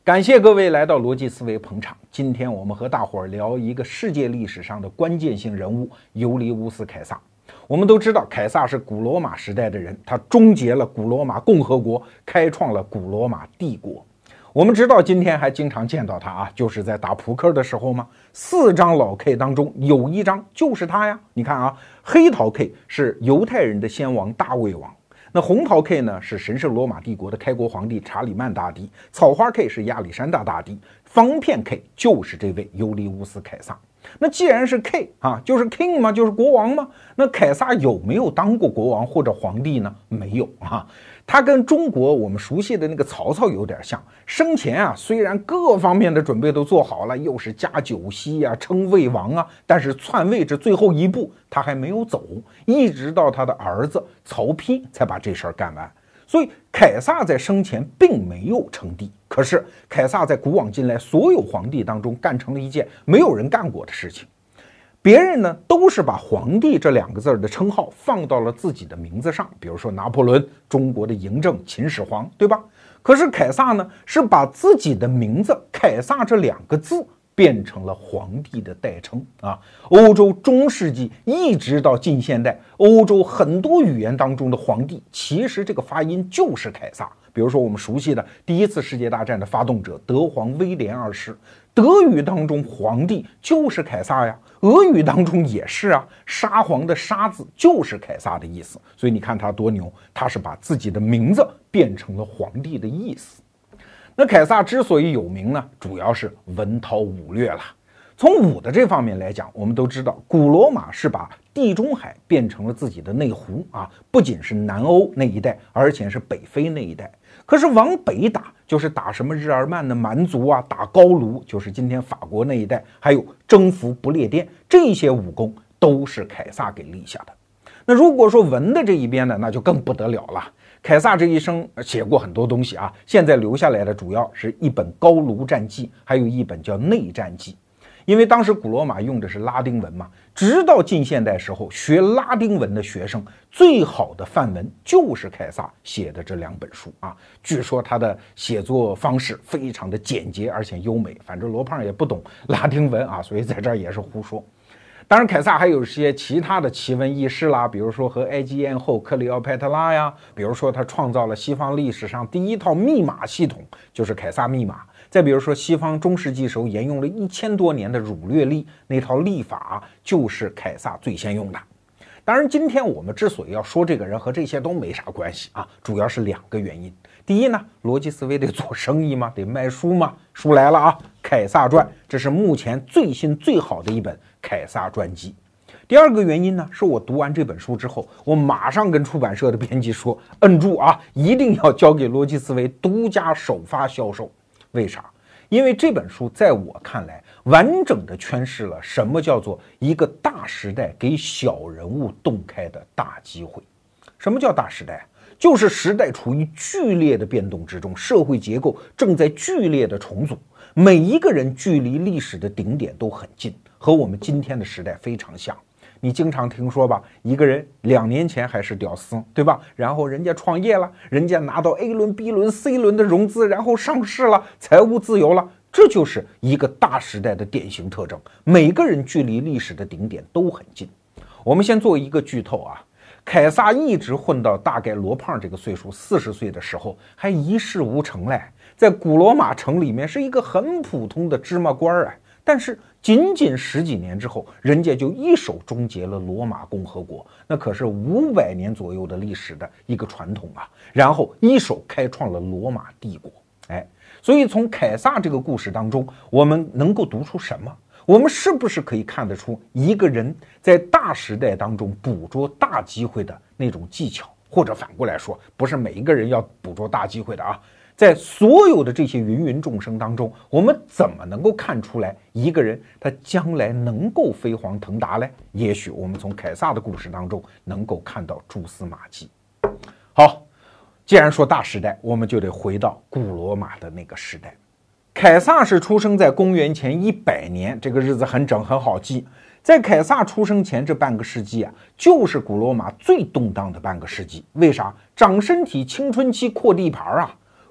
感谢各位来到逻辑思维捧场。今天我们和大伙儿聊一个世界历史上的关键性人物尤利乌斯·凯撒。我们都知道，凯撒是古罗马时代的人，他终结了古罗马共和国，开创了古罗马帝国。我们知道今天还经常见到他啊，就是在打扑克的时候嘛，4张老 K 当中有一张就是他呀。你看啊，黑桃 K 是犹太人的先王大卫王，那红桃 K 呢是神圣罗马帝国的开国皇帝查理曼大帝，草花 K 是亚历山大大帝，方片 K 就是这位尤利乌斯·凯撒。那既然是 K 啊，就是 King 嘛，就是国王嘛。那凯撒有没有当过国王或者皇帝呢？没有啊。他跟中国我们熟悉的那个曹操有点像，生前啊虽然各方面的准备都做好了，又是加九锡啊，称魏王啊，但是篡位这最后一步他还没有走，一直到他的儿子曹丕才把这事儿干完。所以凯撒在生前并没有称帝，可是凯撒在古往今来所有皇帝当中干成了一件没有人干过的事情。别人呢都是把皇帝这2个字的称号放到了自己的名字上，比如说拿破仑，中国的嬴政、秦始皇，对吧？可是凯撒呢是把自己的名字凯撒这2个字变成了皇帝的代称啊！欧洲中世纪一直到近现代，欧洲很多语言当中的皇帝，其实这个发音就是凯撒。比如说我们熟悉的第1次世界大战的发动者德皇威廉2世，德语当中皇帝就是凯撒呀，俄语当中也是啊，沙皇的沙字就是凯撒的意思。所以你看他多牛，他是把自己的名字变成了皇帝的意思。那凯撒之所以有名呢，主要是文韬武略了。从武的这方面来讲，我们都知道古罗马是把地中海变成了自己的内湖啊，不仅是南欧那一带，而且是北非那一带。可是往北打，就是打什么日耳曼的蛮族啊，打高卢，就是今天法国那一带，还有征服不列颠，这些武功都是凯撒给立下的。那如果说文的这一边呢，那就更不得了了。凯撒这一生写过很多东西啊，现在留下来的主要是一本高卢战记，还有一本叫内战记。因为当时古罗马用的是拉丁文嘛，直到近现代时候，学拉丁文的学生最好的范文就是凯撒写的这2本书啊。据说他的写作方式非常的简洁而且优美，反正罗胖也不懂拉丁文啊，所以在这儿也是胡说。当然凯撒还有些其他的奇闻异事啦，比如说和埃及艳后克里奥佩特拉呀，比如说他创造了西方历史上第1套密码系统，就是凯撒密码。再比如说西方中世纪时候沿用了1000多年的儒略历，那套历法就是凯撒最先用的。当然今天我们之所以要说这个人和这些都没啥关系啊，主要是2个原因。第一呢，逻辑思维得做生意嘛，得卖书嘛。书来了啊，凯撒传，这是目前最新最好的一本凯撒传记。第2个原因呢，是我读完这本书之后，我马上跟出版社的编辑说，摁住啊，一定要交给逻辑思维独家首发销售。为啥？因为这本书在我看来完整的诠释了什么叫做一个大时代给小人物洞开的大机会。什么叫大时代？就是时代处于剧烈的变动之中，社会结构正在剧烈的重组，每一个人距离历史的顶点都很近，和我们今天的时代非常像。你经常听说吧，一个人2年前还是屌丝，对吧？然后人家创业了，人家拿到 A 轮、B 轮、C 轮的融资，然后上市了，财务自由了，这就是一个大时代的典型特征。每个人距离历史的顶点都很近。我们先做一个剧透啊，凯撒一直混到大概罗胖这个岁数，40岁的时候还一事无成嘞，在古罗马城里面是一个很普通的芝麻官啊。但是仅仅10几年之后，人家就一手终结了罗马共和国，那可是500年左右的历史的一个传统啊，然后一手开创了罗马帝国。所以从凯撒这个故事当中，我们能够读出什么？我们是不是可以看得出一个人在大时代当中捕捉大机会的那种技巧？或者反过来说，不是每一个人要捕捉大机会的啊，在所有的这些芸芸众生当中，我们怎么能够看出来一个人他将来能够飞黄腾达呢？也许我们从凯撒的故事当中能够看到蛛丝马迹。好，既然说大时代，我们就得回到古罗马的那个时代。凯撒是出生在公元前100年，这个日子很整很好记。在凯撒出生前这半个世纪啊，就是古罗马最动荡的半个世纪。为啥？长身体、青春期、扩地盘啊！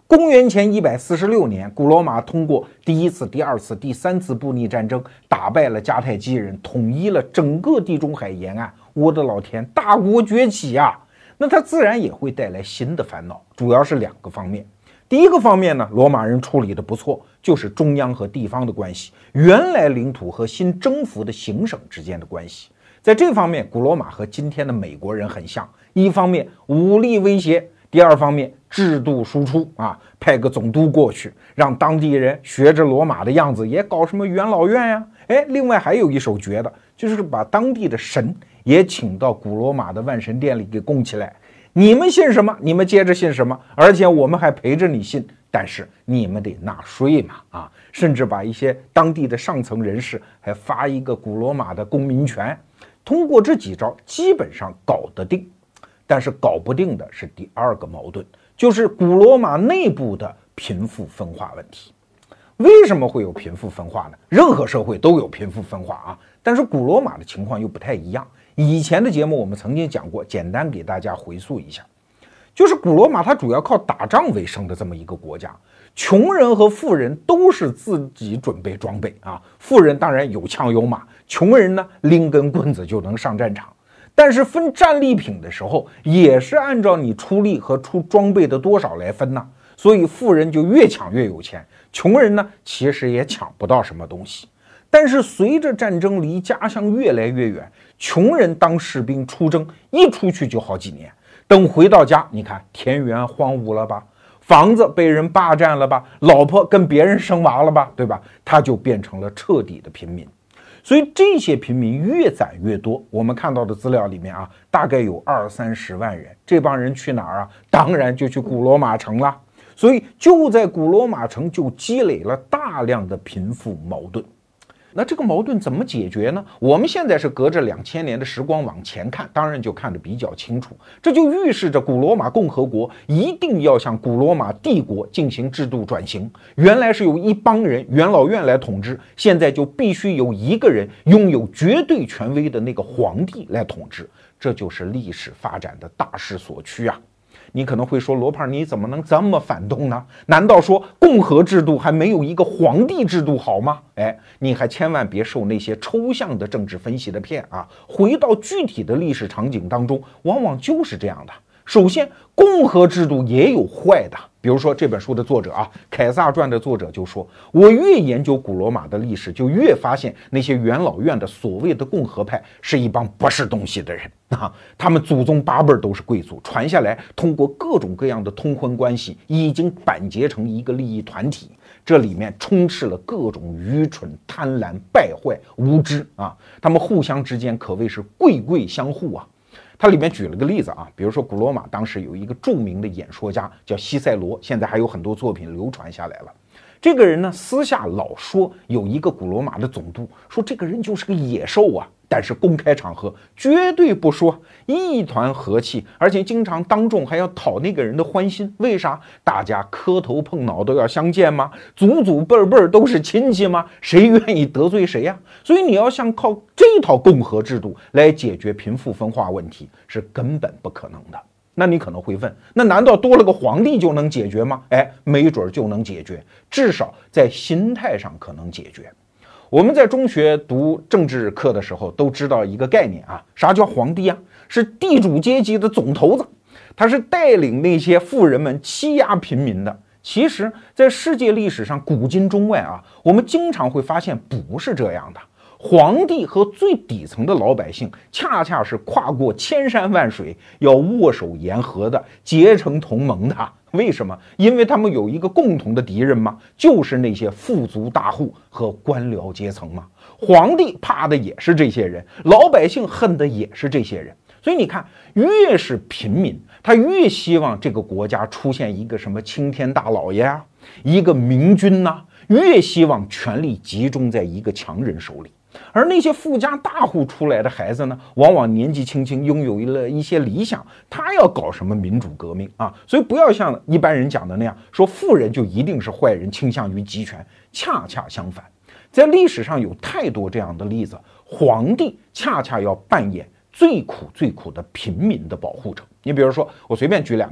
公元前146年，古罗马通过第一次、第二次、第三次布匿战争，打败了迦太基人，统一了整个地中海沿岸。我的老天，大国崛起啊！那它自然也会带来新的烦恼，主要是2个方面。第一个方面呢，罗马人处理的不错，就是中央和地方的关系，原来领土和新征服的行省之间的关系。在这方面，古罗马和今天的美国人很像，一方面武力威胁，第二方面制度输出啊，派个总督过去，让当地人学着罗马的样子，也搞什么元老院呀。另外还有一手绝的，就是把当地的神也请到古罗马的万神殿里给供起来。你们信什么，你们接着信什么，而且我们还陪着你信，但是你们得纳税嘛啊！甚至把一些当地的上层人士还发一个古罗马的公民权。通过这几招，基本上搞得定。但是搞不定的是第2个矛盾，就是古罗马内部的贫富分化问题。为什么会有贫富分化呢？任何社会都有贫富分化啊，但是古罗马的情况又不太一样。以前的节目我们曾经讲过，简单给大家回溯一下，就是古罗马它主要靠打仗为生的这么一个国家，穷人和富人都是自己准备装备啊，富人当然有枪有马，穷人呢拎根棍子就能上战场。但是分战利品的时候，也是按照你出力和出装备的多少来分呢，所以富人就越抢越有钱，穷人呢其实也抢不到什么东西。但是随着战争离家乡越来越远，穷人当士兵出征，一出去就好几年，等回到家，你看田园荒芜了吧，房子被人霸占了吧，老婆跟别人生娃了吧，对吧？他就变成了彻底的平民。所以这些平民越攒越多，我们看到的资料里面啊，大概有20-30万人。这帮人去哪儿啊？当然就去古罗马城了。所以就在古罗马城就积累了大量的贫富矛盾。那这个矛盾怎么解决呢？我们现在是隔着2000年的时光往前看，当然就看得比较清楚。这就预示着古罗马共和国一定要向古罗马帝国进行制度转型。原来是由一帮人元老院来统治，现在就必须由一个人拥有绝对权威的那个皇帝来统治。这就是历史发展的大势所趋啊！你可能会说，罗胖你怎么能这么反动呢？难道说共和制度还没有一个皇帝制度好吗？你还千万别受那些抽象的政治分析的骗啊！回到具体的历史场景当中，往往就是这样的。首先，共和制度也有坏的，比如说这本书的作者啊，《凯撒传》的作者就说，我越研究古罗马的历史，就越发现那些元老院的所谓的共和派是一帮不是东西的人啊，他们祖宗8辈都是贵族，传下来通过各种各样的通婚关系，已经板结成一个利益团体。这里面充斥了各种愚蠢、贪婪、败坏、无知啊，他们互相之间可谓是贵相护啊。它里面举了个例子啊，比如说古罗马当时有一个著名的演说家叫西塞罗，现在还有很多作品流传下来了。这个人呢，私下老说有一个古罗马的总督，说这个人就是个野兽啊，但是公开场合绝对不说，一团和气，而且经常当众还要讨那个人的欢心。为啥？大家磕头碰脑都要相见吗？祖祖辈辈都是亲戚吗？谁愿意得罪谁呀？所以你要想靠这套共和制度来解决贫富分化问题，是根本不可能的。那你可能会问，那难道多了个皇帝就能解决吗？没准就能解决，至少在心态上可能解决。我们在中学读政治课的时候都知道一个概念啊，啥叫皇帝啊？是地主阶级的总头子，他是带领那些富人们欺压平民的。其实在世界历史上古今中外啊，我们经常会发现不是这样的。皇帝和最底层的老百姓恰恰是跨过千山万水，要握手言和的，结成同盟的。为什么？因为他们有一个共同的敌人嘛，就是那些富足大户和官僚阶层嘛。皇帝怕的也是这些人，老百姓恨的也是这些人。所以你看，越是平民，他越希望这个国家出现一个什么青天大老爷啊，一个明君呐，越希望权力集中在一个强人手里。而那些富家大户出来的孩子呢，往往年纪轻轻拥有了一些理想，他要搞什么民主革命啊？所以不要像一般人讲的那样，说富人就一定是坏人，倾向于集权。恰恰相反，在历史上有太多这样的例子，皇帝恰恰要扮演最苦的平民的保护者。你比如说，我随便举2个，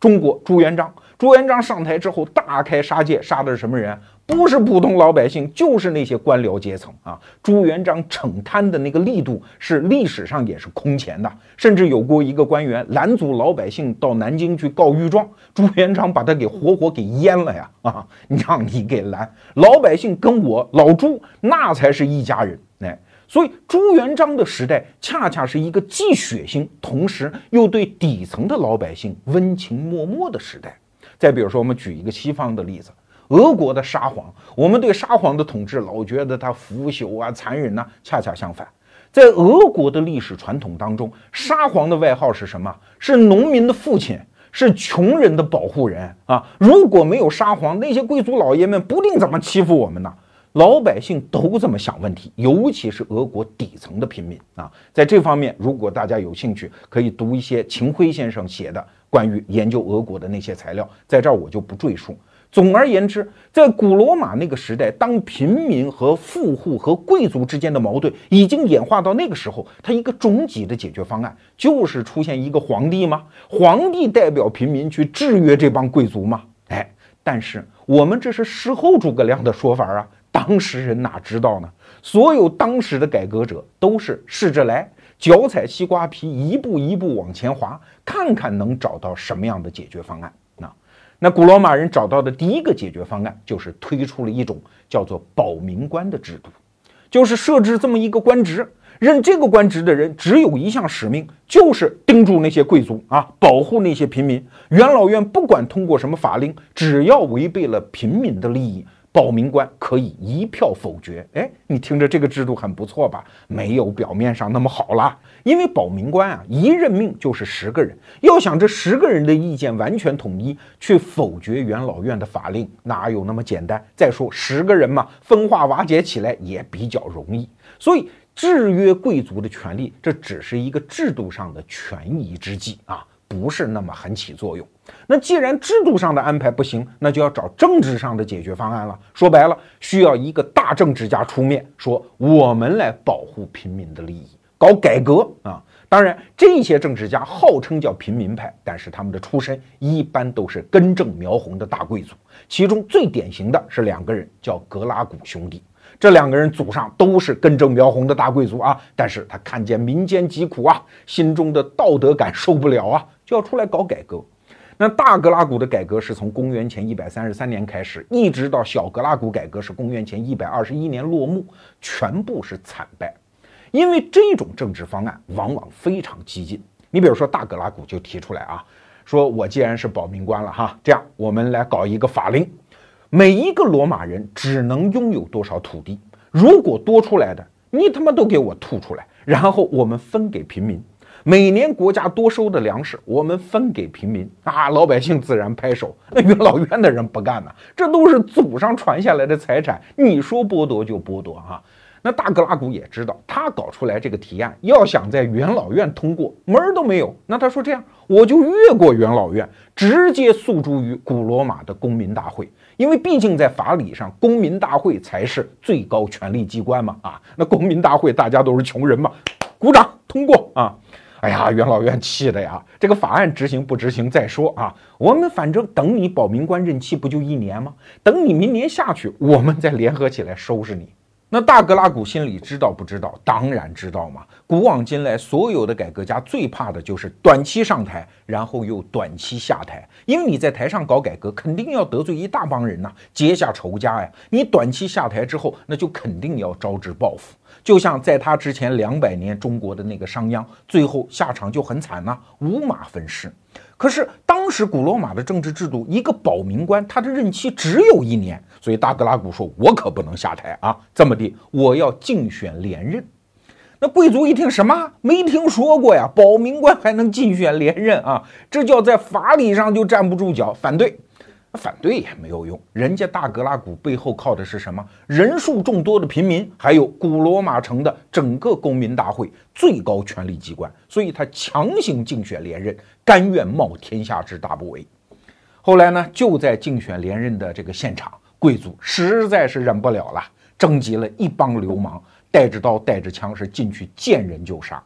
中国朱元璋。朱元璋上台之后大开杀戒，杀的是什么人？不是普通老百姓，就是那些官僚阶层啊！朱元璋惩贪的那个力度是历史上也是空前的，甚至有过一个官员拦阻老百姓到南京去告御状，朱元璋把他给活活给淹了呀！啊，让你给拦，老百姓跟我老朱那才是一家人，哎。所以朱元璋的时代恰恰是一个既血腥，同时又对底层的老百姓温情脉脉的时代。再比如说，我们举一个西方的例子，俄国的沙皇，我们对沙皇的统治老觉得他腐朽啊、残忍啊，恰恰相反。在俄国的历史传统当中，沙皇的外号是什么？是农民的父亲，是穷人的保护人啊！如果没有沙皇，那些贵族老爷们不定怎么欺负我们呢？老百姓都这么想问题，尤其是俄国底层的平民啊。在这方面，如果大家有兴趣，可以读一些秦晖先生写的关于研究俄国的那些材料，在这儿我就不赘述。总而言之，在古罗马那个时代，当平民和富户和贵族之间的矛盾已经演化到那个时候，它一个终极的解决方案就是出现一个皇帝吗？皇帝代表平民去制约这帮贵族吗？哎，但是我们这是事后诸葛亮的说法啊。当时人哪知道呢？所有当时的改革者都是试着来，脚踩西瓜皮，一步一步往前滑，看看能找到什么样的解决方案。那古罗马人找到的第一个解决方案就是推出了一种叫做保民官的制度，就是设置这么一个官职，任这个官职的人只有一项使命，就是盯住那些贵族啊，保护那些平民。元老院不管通过什么法令，只要违背了平民的利益，保民官可以一票否决。哎，你听着这个制度很不错吧？没有表面上那么好啦，因为保民官啊，一任命就是10个人，要想这10个人的意见完全统一，去否决元老院的法令，哪有那么简单？再说10个人嘛，分化瓦解起来也比较容易。所以制约贵族的权利，这只是一个制度上的权宜之计啊，不是那么很起作用。那既然制度上的安排不行，那就要找政治上的解决方案了。说白了，需要一个大政治家出面，说我们来保护平民的利益，搞改革啊。当然，这些政治家号称叫平民派，但是他们的出身一般都是根正苗红的大贵族。其中最典型的是2个人，叫格拉古兄弟。这2个人祖上都是根正苗红的大贵族啊，但是他看见民间疾苦啊，心中的道德感受不了啊，就要出来搞改革。那大格拉古的改革是从公元前133年开始，一直到小格拉古改革是公元前121年落幕，全部是惨败。因为这种政治方案往往非常激进。你比如说大格拉古就提出来啊，说我既然是保民官了哈，这样我们来搞一个法令，每一个罗马人只能拥有多少土地，如果多出来的，你他妈都给我吐出来，然后我们分给平民。每年国家多收的粮食，我们分给平民啊，老百姓自然拍手。那元老院的人不干呢，这都是祖上传下来的财产，你说剥夺就剥夺啊。那大格拉古也知道，他搞出来这个提案，要想在元老院通过，门儿都没有。那他说这样，我就越过元老院，直接诉诸于古罗马的公民大会。因为毕竟在法理上，公民大会才是最高权力机关嘛啊。那公民大会大家都是穷人嘛，鼓掌通过啊。哎呀，元老院气的呀！这个法案执行不执行再说啊，我们反正等你保民官任期不就1年吗？等你明年下去，我们再联合起来收拾你。那大格拉古心里知道不知道？当然知道嘛。古往今来，所有的改革家最怕的就是短期上台，然后又短期下台。因为你在台上搞改革，肯定要得罪一大帮人呐，结下仇家呀。你短期下台之后，那就肯定要招致报复。就像在他之前200年中国的那个商鞅，最后下场就很惨呐，五马分尸。可是当时古罗马的政治制度，一个保民官他的任期只有1年，所以大格拉古说，我可不能下台啊，这么的我要竞选连任。那贵族一听，什么没听说过呀，保民官还能竞选连任啊？这叫在法理上就站不住脚，反对。反对也没有用，人家大格拉古背后靠的是什么？人数众多的平民，还有古罗马城的整个公民大会，最高权力机关，所以他强行竞选连任，甘愿冒天下之大不韪。后来呢，就在竞选连任的这个现场，贵族实在是忍不了了，征集了一帮流氓，带着刀带着枪是进去见人就杀。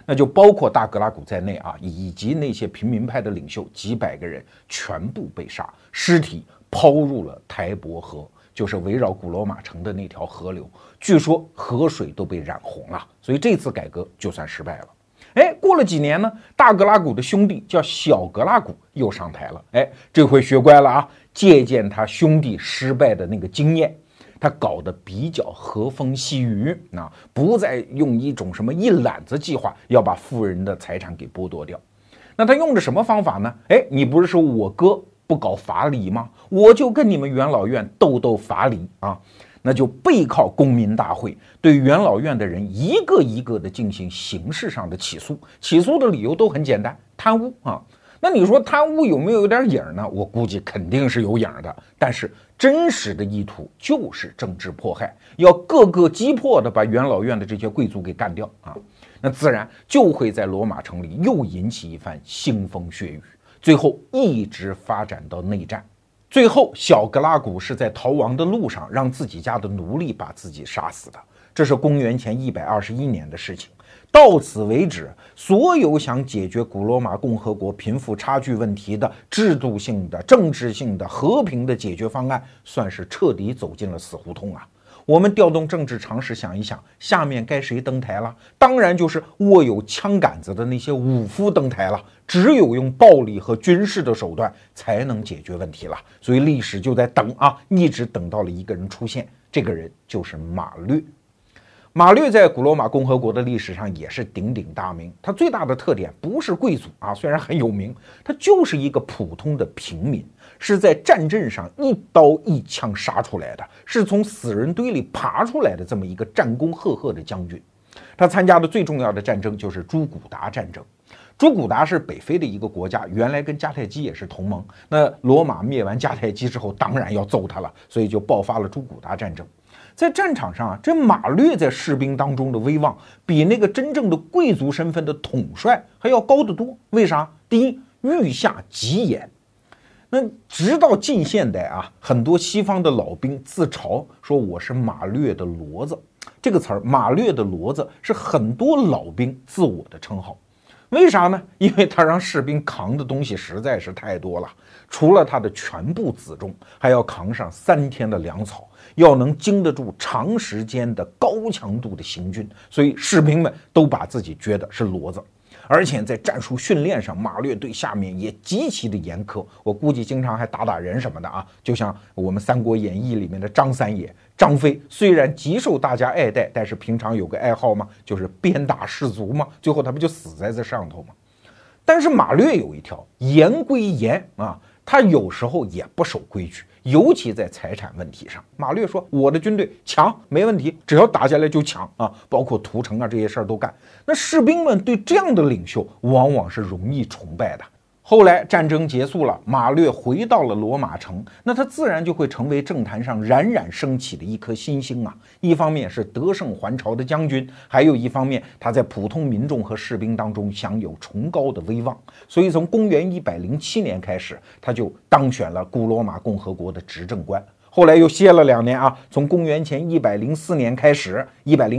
那就包括大格拉古在内啊，以及那些平民派的领袖几百个人全部被杀，尸体抛入了台伯河，就是围绕古罗马城的那条河流，据说河水都被染红了，所以这次改革就算失败了。过了几年呢，大格拉古的兄弟叫小格拉古又上台了，这回学乖了啊，借鉴他兄弟失败的那个经验，他搞得比较和风细雨啊，不再用一种什么一揽子计划要把富人的财产给剥夺掉。那他用的什么方法呢？你不是说我哥不搞法理吗？我就跟你们元老院斗法理啊。那就背靠公民大会，对元老院的人一个一个的进行刑事上的起诉，起诉的理由都很简单，贪污啊。那你说贪污有没有点影呢？我估计肯定是有影的，但是真实的意图就是政治迫害，要各个击破的把元老院的这些贵族给干掉啊。那自然就会在罗马城里又引起一番腥风血雨，最后一直发展到内战。最后，小格拉古是在逃亡的路上让自己家的奴隶把自己杀死的，这是公元前121年的事情。到此为止，所有想解决古罗马共和国贫富差距问题的制度性的、政治性的、和平的解决方案，算是彻底走进了死胡同啊！我们调动政治常识想一想，下面该谁登台了？当然就是握有枪杆子的那些武夫登台了。只有用暴力和军事的手段才能解决问题了。所以历史就在等啊，一直等到了一个人出现，这个人就是马略。马略在古罗马共和国的历史上也是鼎鼎大名，他最大的特点不是贵族啊，虽然很有名，他就是一个普通的平民，是在战阵上一刀一枪杀出来的，是从死人堆里爬出来的这么一个战功赫赫的将军。他参加的最重要的战争就是朱古达战争。朱古达是北非的一个国家，原来跟迦太基也是同盟。那罗马灭完迦太基之后，当然要揍他了，所以就爆发了朱古达战争。在战场上啊，这马略在士兵当中的威望比那个真正的贵族身份的统帅还要高得多。为啥？第一，御下极严。那直到近现代啊，很多西方的老兵自嘲说我是马略的骡子。这个词儿，马略的骡子是很多老兵自我的称号。为啥呢？因为他让士兵扛的东西实在是太多了，除了他的全部辎重，还要扛上3天的粮草，要能经得住长时间的高强度的行军，所以士兵们都把自己觉得是骡子。而且在战术训练上，马略对下面也极其的严苛，我估计经常还打人什么的啊。就像我们《三国演义》里面的张三爷张飞，虽然极受大家爱戴，但是平常有个爱好嘛，就是鞭打士卒嘛，最后他不就死在这上头嘛。但是马略有一条，严归严啊，他有时候也不守规矩，尤其在财产问题上。马略说我的军队抢没问题，只要打下来就抢啊，包括屠城啊这些事儿都干。那士兵们对这样的领袖往往是容易崇拜的。后来战争结束了，马略回到了罗马城，那他自然就会成为政坛上冉冉升起的一颗新星啊！一方面是得胜还朝的将军，还有一方面他在普通民众和士兵当中享有崇高的威望。所以从公元107年开始，他就当选了古罗马共和国的执政官。后来又歇了2年啊，从公元前104年开始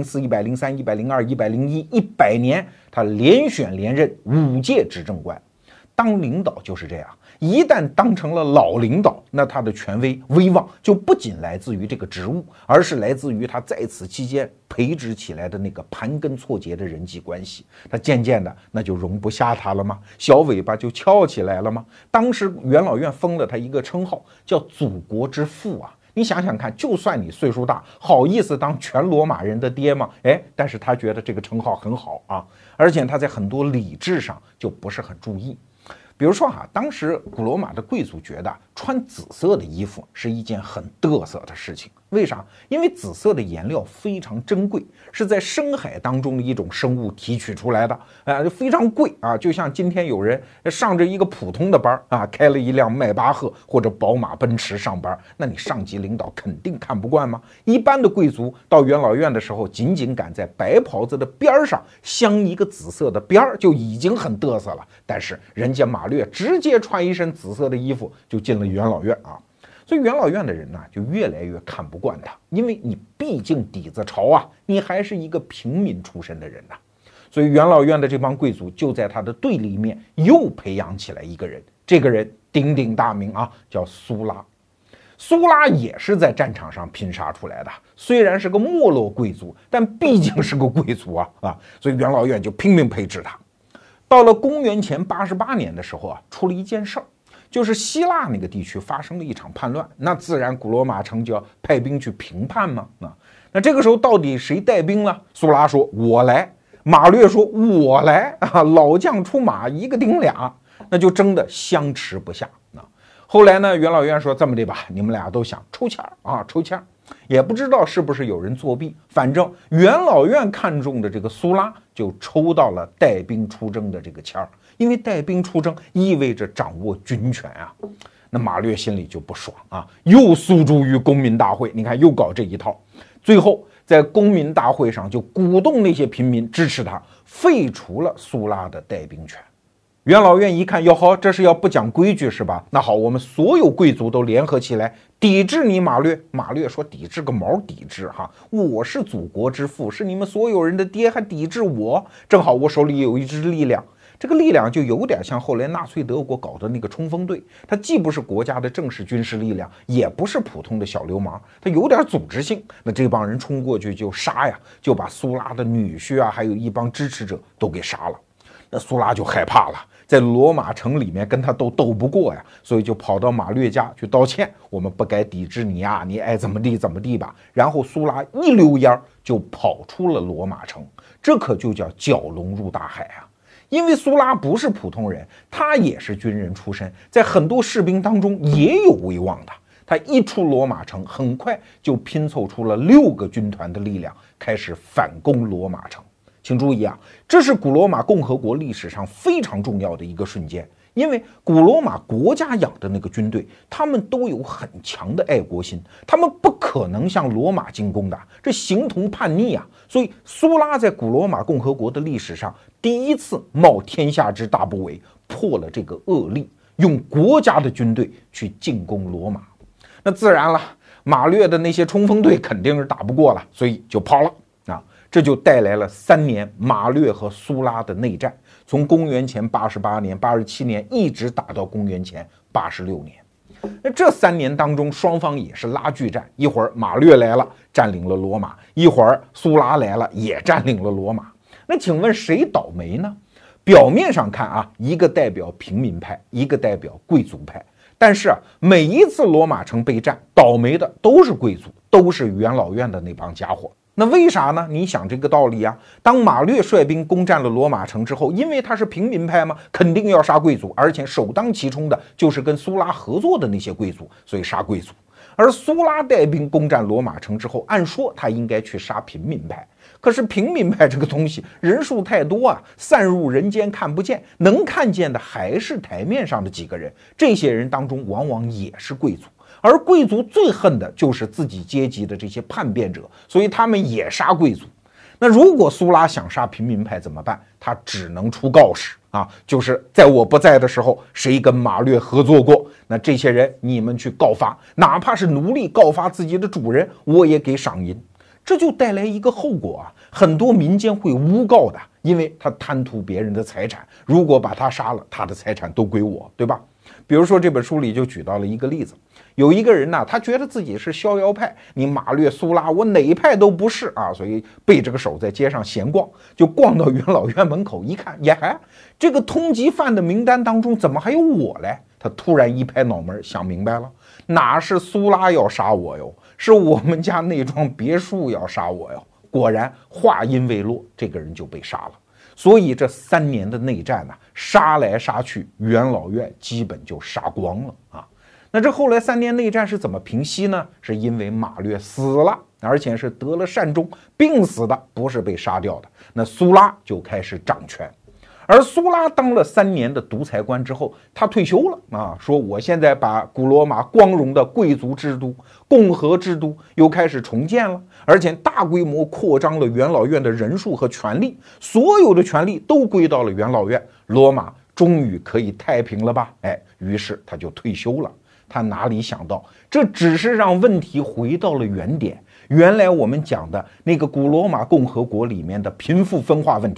，104、103、102、101，100年，他连选连任5届执政官。当领导就是这样，一旦当成了老领导，那他的权威威望就不仅来自于这个职务，而是来自于他在此期间培植起来的那个盘根错节的人际关系。他渐渐的那就容不下他了吗？小尾巴就翘起来了吗？当时元老院封了他一个称号，叫祖国之父啊。你想想看，就算你岁数大，好意思当全罗马人的爹吗？但是他觉得这个称号很好啊，而且他在很多礼制上就不是很注意。比如说当时古罗马的贵族觉得穿紫色的衣服是一件很嘚瑟的事情。为啥？因为紫色的颜料非常珍贵，是在深海当中的一种生物提取出来的，非常贵啊。就像今天有人上着一个普通的班啊，开了一辆迈巴赫或者宝马奔驰上班，那你上级领导肯定看不惯吗？一般的贵族到元老院的时候，仅仅敢在白袍子的边上镶一个紫色的边儿，就已经很嘚瑟了。但是人家马略直接穿一身紫色的衣服就进了元老院啊。所以元老院的人呢，就越来越看不惯他，因为你毕竟底子潮啊，你还是一个平民出身的人呐。 所以元老院的这帮贵族就在他的对立面又培养起来一个人，这个人鼎鼎大名啊，叫苏拉。苏拉也是在战场上拼杀出来的，虽然是个没落贵族，但毕竟是个贵族啊，所以元老院就拼命培植他。到了公元前88年的时候啊，出了一件事儿，就是希腊那个地区发生了一场叛乱，那自然古罗马城就要派兵去平叛嘛。那这个时候到底谁带兵呢？苏拉说我来，马略说我来啊，老将出马，一个顶俩，那就争得相持不下。后来呢，元老院说这么的吧，你们俩都想抽签啊，抽签，也不知道是不是有人作弊，反正元老院看中的这个苏拉就抽到了带兵出征的这个签儿，因为带兵出征意味着掌握军权啊。那马略心里就不爽啊，又诉诸于公民大会，你看又搞这一套，最后在公民大会上就鼓动那些平民支持他，废除了苏拉的带兵权。元老院一看，哟呵，这是要不讲规矩是吧？那好，我们所有贵族都联合起来抵制你马略。马略说抵制个毛抵制哈，我是祖国之父，是你们所有人的爹，还抵制我？正好我手里有一支力量，这个力量就有点像后来纳粹德国搞的那个冲锋队，它既不是国家的正式军事力量，也不是普通的小流氓，它有点组织性。那这帮人冲过去就杀呀，就把苏拉的女婿啊，还有一帮支持者都给杀了。那苏拉就害怕了，在罗马城里面跟他斗不过呀，所以就跑到马略家去道歉，我们不该抵制你啊，你爱怎么地怎么地吧。然后苏拉一溜烟就跑出了罗马城，这可就叫蛟龙入大海啊。因为苏拉不是普通人，他也是军人出身，在很多士兵当中也有威望的。他一出罗马城，很快就拼凑出了6个军团的力量，开始反攻罗马城。请注意啊，这是古罗马共和国历史上非常重要的一个瞬间，因为古罗马国家养的那个军队，他们都有很强的爱国心，他们不可能向罗马进攻的，这形同叛逆啊。所以苏拉在古罗马共和国的历史上第一次冒天下之大不韪，破了这个恶例，用国家的军队去进攻罗马。那自然了，马略的那些冲锋队肯定是打不过了，所以就跑了啊。这就带来了3年马略和苏拉的内战，从公元前88年、87年一直打到公元前86年。那这3年当中，双方也是拉锯战，一会儿马略来了，占领了罗马，一会儿苏拉来了，也占领了罗马。那请问谁倒霉呢？表面上看啊，一个代表平民派，一个代表贵族派，但是每一次罗马城被占，倒霉的都是贵族，都是元老院的那帮家伙。那为啥呢？你想这个道理啊，当马略率兵攻占了罗马城之后，因为他是平民派嘛，肯定要杀贵族，而且首当其冲的就是跟苏拉合作的那些贵族，所以杀贵族。而苏拉带兵攻占罗马城之后，按说他应该去杀平民派，可是平民派这个东西人数太多啊，散入人间看不见，能看见的还是台面上的几个人，这些人当中往往也是贵族。而贵族最恨的就是自己阶级的这些叛变者，所以他们也杀贵族。那如果苏拉想杀平民派怎么办？他只能出告示啊，就是在我不在的时候，谁跟马略合作过，那这些人你们去告发，哪怕是奴隶告发自己的主人，我也给赏银。这就带来一个后果啊，很多民间会诬告的，因为他贪图别人的财产，如果把他杀了，他的财产都归我，对吧？比如说这本书里就举到了一个例子，有一个人呢，他觉得自己是逍遥派，你马略、苏拉，我哪一派都不是啊，所以背着个手在街上闲逛，就逛到元老院门口一看，也还这个通缉犯的名单当中怎么还有我嘞？他突然一拍脑门，想明白了，哪是苏拉要杀我哟，是我们家那幢别墅要杀我哟。果然话音未落，这个人就被杀了。所以这3年的内战呢，杀来杀去，元老院基本就杀光了啊。那这后来3年内战是怎么平息呢？是因为马略死了，而且是得了善终，病死的，不是被杀掉的。那苏拉就开始掌权。而苏拉当了3年的独裁官之后，他退休了啊，说我现在把古罗马光荣的贵族制度、共和制度又开始重建了，而且大规模扩张了元老院的人数和权力，所有的权力都归到了元老院，罗马终于可以太平了吧？于是他就退休了。他哪里想到，这只是让问题回到了原点。原来我们讲的那个古罗马共和国里面的贫富分化问题，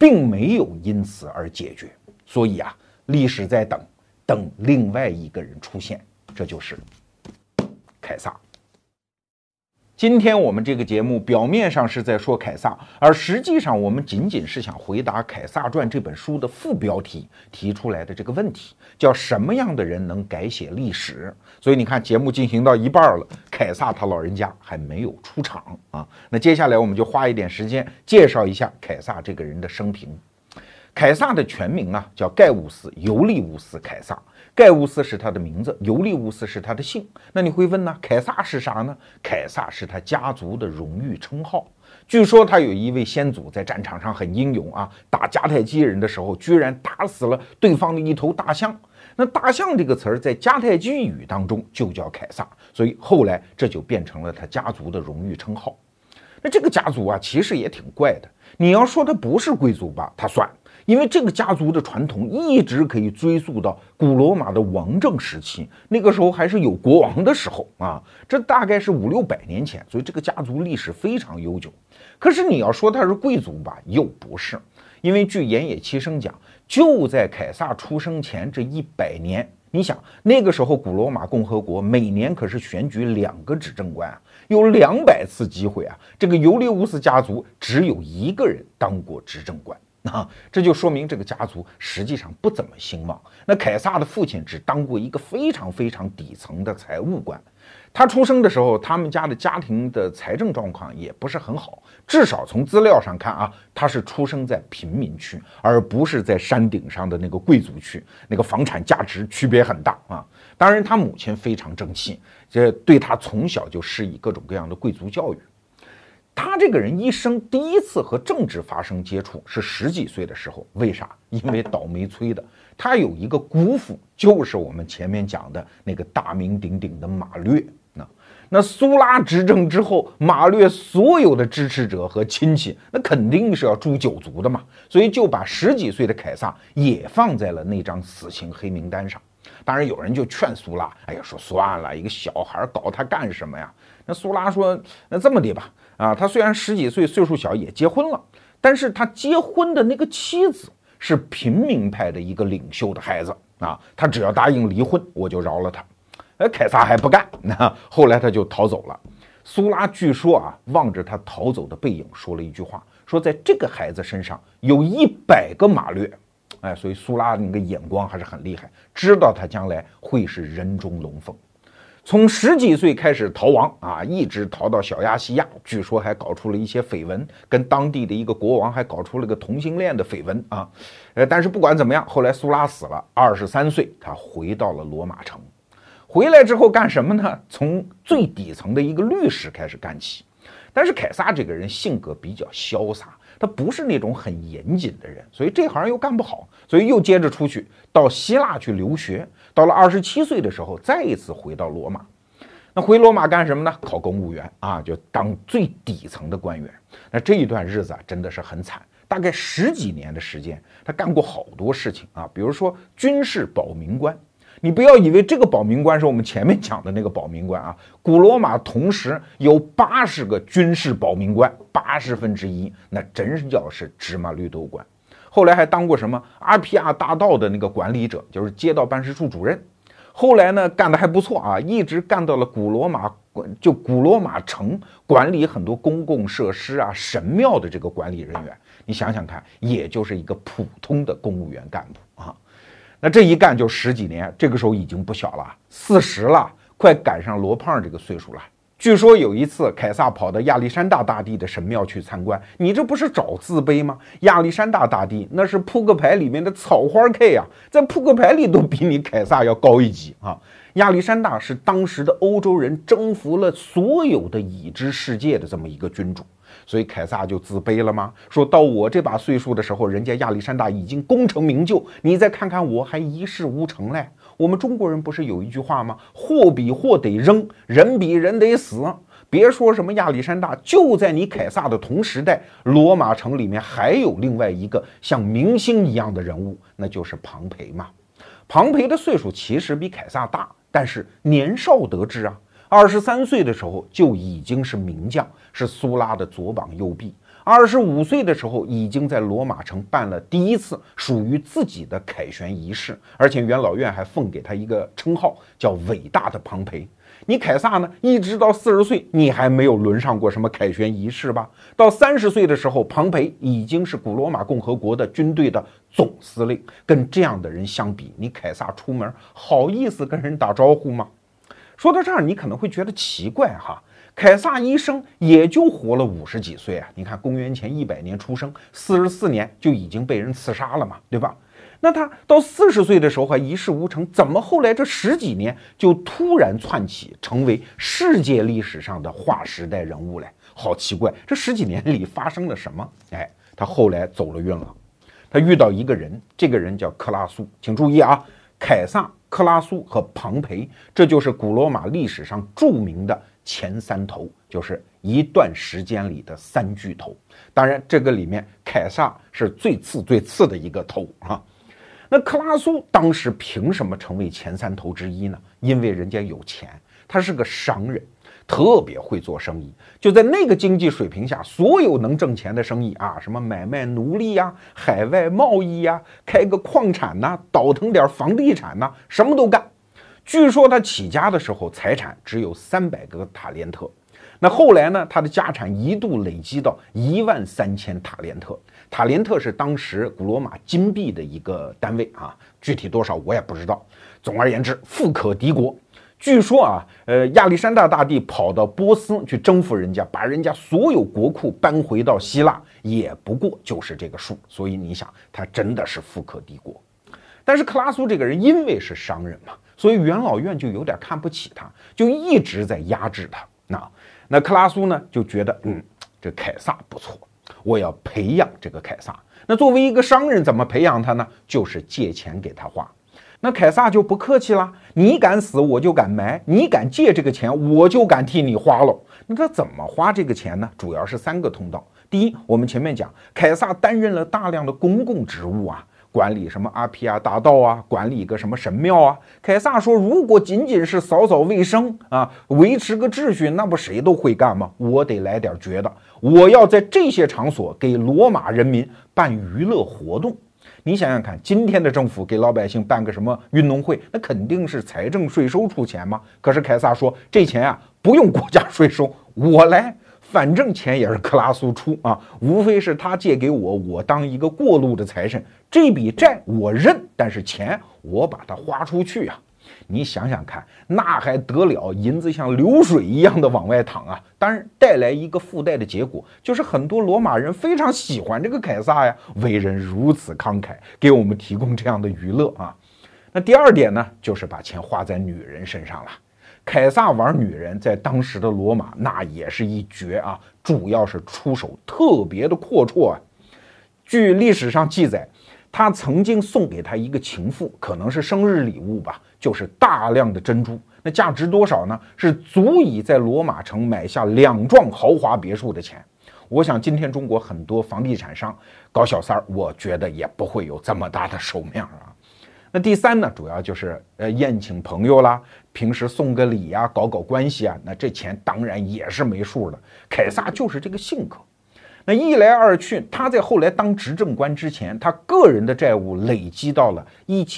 并没有因此而解决。所以啊，历史在等另外一个人出现，这就是凯撒。今天我们这个节目表面上是在说凯撒，而实际上我们仅仅是想回答《凯撒传》这本书的副标题提出来的这个问题，叫什么样的人能改写历史？所以你看，节目进行到一半了，凯撒他老人家还没有出场啊。那接下来我们就花一点时间介绍一下凯撒这个人的生平。凯撒的全名啊叫盖乌斯·尤利乌斯·凯撒，盖乌斯是他的名字，尤利乌斯是他的姓。那你会问呢，凯撒是啥呢？凯撒是他家族的荣誉称号。据说他有一位先祖在战场上很英勇啊，打迦太基人的时候居然打死了对方的一头大象。那大象这个词儿在迦太基语当中就叫凯撒，所以后来这就变成了他家族的荣誉称号。那这个家族啊，其实也挺怪的。你要说他不是贵族吧，他算，因为这个家族的传统一直可以追溯到古罗马的王政时期，那个时候还是有国王的时候啊，这大概是500-600年前，所以这个家族历史非常悠久。可是你要说他是贵族吧，又不是，因为据岩野七生讲，就在凯撒出生前这100年，你想那个时候古罗马共和国每年可是选举2个执政官啊，有200次机会啊，这个尤利乌斯家族只有1个人当过执政官啊，这就说明这个家族实际上不怎么兴旺。那凯撒的父亲只当过一个非常非常底层的财务官，他出生的时候，他们家的家庭的财政状况也不是很好，至少从资料上看啊，他是出生在贫民区，而不是在山顶上的那个贵族区，那个房产价值区别很大啊。当然，他母亲非常争气，这对他从小就施以各种各样的贵族教育。他这个人一生第一次和政治发生接触是10几岁的时候，为啥？因为倒霉催的，他有一个姑父，就是我们前面讲的那个大名鼎鼎的马略。那苏拉执政之后，马略所有的支持者和亲戚，那肯定是要诛九族的嘛，所以就把10几岁的凯撒也放在了那张死刑黑名单上。当然有人就劝苏拉，哎呀，说算了，一个小孩搞他干什么呀？那苏拉说，那这么的吧，啊，他虽然10几岁，岁数小，也结婚了，但是他结婚的那个妻子是平民派的一个领袖的孩子啊，他只要答应离婚，我就饶了他。凯撒还不干，那后来他就逃走了。苏拉据说啊，望着他逃走的背影，说了一句话，说在这个孩子身上有100个马略。哎，所以苏拉那个眼光还是很厉害，知道他将来会是人中龙凤。从10几岁开始逃亡啊，一直逃到小亚细亚，据说还搞出了一些绯闻，跟当地的一个国王还搞出了个同性恋的绯闻啊。但是不管怎么样，后来苏拉死了，23岁他回到了罗马城。回来之后干什么呢？从最底层的一个律师开始干起。但是凯撒这个人性格比较潇洒，他不是那种很严谨的人，所以这行又干不好，所以又接着出去到希腊去留学。到了27岁的时候，再一次回到罗马。那回罗马干什么呢？考公务员啊，就当最底层的官员。那这一段日子啊，真的是很惨，大概10几年的时间，他干过好多事情啊，比如说军事保民官。你不要以为这个保民官是我们前面讲的那个保民官啊，古罗马同时有80个军事保民官，1/80，那真叫是芝麻绿豆官。后来还当过什么阿皮亚大道的那个管理者，就是街道办事处主任。后来呢，干得还不错啊，一直干到了古罗马城，管理很多公共设施啊、神庙的这个管理人员。你想想看，也就是一个普通的公务员干部啊。那这一干就10几年，这个时候已经不小了，40了，快赶上罗胖这个岁数了。据说有一次，凯撒跑到亚历山大大帝的神庙去参观，你这不是找自卑吗？亚历山大大帝那是扑克牌里面的草花 K 啊，在扑克牌里都比你凯撒要高一级啊。亚历山大是当时的欧洲人征服了所有的已知世界的这么一个君主。所以凯撒就自卑了吗？说到我这把岁数的时候，人家亚历山大已经功成名就，你再看看我还一事无成嘞。我们中国人不是有一句话吗？货比货得扔，人比人得死。别说什么亚历山大，就在你凯撒的同时代，罗马城里面还有另外一个像明星一样的人物，那就是庞培嘛。庞培的岁数其实比凯撒大，但是年少得志啊。23岁的时候就已经是名将，是苏拉的左膀右臂， 25岁的时候，已经在罗马城办了第一次属于自己的凯旋仪式，而且元老院还奉给他一个称号，叫伟大的庞培。你凯撒呢，一直到40岁，你还没有轮上过什么凯旋仪式吧？到30岁的时候，庞培已经是古罗马共和国的军队的总司令。跟这样的人相比，你凯撒出门好意思跟人打招呼吗？说到这儿，你可能会觉得奇怪哈。凯撒一生也就活了50几岁啊！你看，公元前100年出生，44年就已经被人刺杀了嘛，对吧？那他到40岁的时候还一事无成，怎么后来这10几年就突然窜起，成为世界历史上的划时代人物嘞？好奇怪，这10几年里发生了什么？他后来走了运了，他遇到一个人，这个人叫克拉苏。请注意啊，凯撒、克拉苏和庞培，这就是古罗马历史上著名的前3头，就是一段时间里的3巨头。当然，这个里面凯撒是最次的一个头啊。那克拉苏当时凭什么成为前3头之一呢？因为人家有钱，他是个商人，特别会做生意。就在那个经济水平下，所有能挣钱的生意啊，什么买卖奴隶呀、海外贸易呀、开个矿产呐、倒腾点房地产呐，什么都干。据说他起家的时候财产只有300个塔连特，那后来呢，他的家产一度累积到13000塔连特。塔连特是当时古罗马金币的一个单位啊，具体多少我也不知道。总而言之，富可敌国。据说啊，亚历山大大帝跑到波斯去征服人家，把人家所有国库搬回到希腊，也不过就是这个数。所以你想，他真的是富可敌国。但是克拉苏这个人因为是商人嘛，所以元老院就有点看不起他，就一直在压制他。那克拉苏呢就觉得，这凯撒不错，我要培养这个凯撒。那作为一个商人，怎么培养他呢？就是借钱给他花。那凯撒就不客气了，你敢死我就敢埋，你敢借这个钱我就敢替你花了。那他怎么花这个钱呢？主要是3个通道。第一，我们前面讲，凯撒担任了大量的公共职务啊，管理什么阿皮亚大道啊，管理一个什么神庙啊。凯撒说，如果仅仅是扫扫卫生啊，维持个秩序，那不谁都会干吗？我得来点绝的，我要在这些场所给罗马人民办娱乐活动。你想想看，今天的政府给老百姓办个什么运动会，那肯定是财政税收出钱嘛。可是凯撒说，这钱啊不用国家税收，我来，反正钱也是克拉苏出啊，无非是他借给我，我当一个过路的财神，这笔债我认，但是钱我把它花出去啊。你想想看，那还得了？银子像流水一样的往外淌啊！当然，带来一个附带的结果，就是很多罗马人非常喜欢这个凯撒呀，为人如此慷慨，给我们提供这样的娱乐啊。那第2点呢，就是把钱花在女人身上了。凯撒玩女人，在当时的罗马那也是一绝啊，主要是出手特别的阔绰啊。据历史上记载，他曾经送给他一个情妇，可能是生日礼物吧，就是大量的珍珠。那价值多少呢？是足以在罗马城买下2幢豪华别墅的钱。我想今天中国很多房地产商搞小三儿，我觉得也不会有这么大的手面啊。那第3呢，主要就是宴请朋友啦，平时送个礼呀，搞关系啊，那这钱当然也是没数的。凯撒就是这个性格。那一来二去，他在后来当执政官之前，他个人的债务累积到了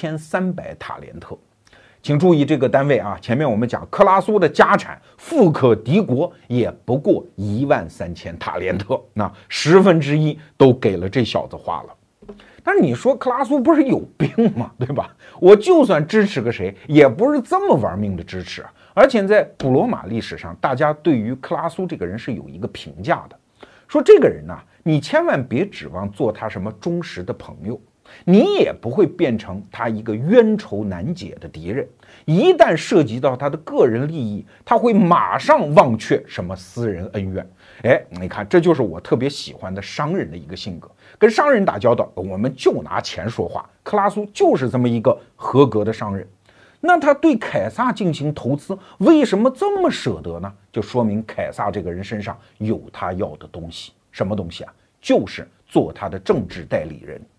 1300塔连特。请注意这个单位啊，前面我们讲克拉苏的家产富可敌国，也不过13000塔连特，那1/10都给了这小子花了。但是你说克拉苏不是有病吗？对吧？我就算支持个谁，也不是这么玩命的支持。而且在古罗马历史上，大家对于克拉苏这个人是有一个评价的，说这个人啊，你千万别指望做他什么忠实的朋友，你也不会变成他一个冤仇难解的敌人。一旦涉及到他的个人利益，他会马上忘却什么私人恩怨。你看，这就是我特别喜欢的商人的一个性格。跟商人打交道，我们就拿钱说话。克拉苏就是这么一个合格的商人。那他对凯撒进行投资，为什么这么舍得呢？就说明凯撒这个人身上有他要的东西。什么东西啊？就是做他的政治代理人。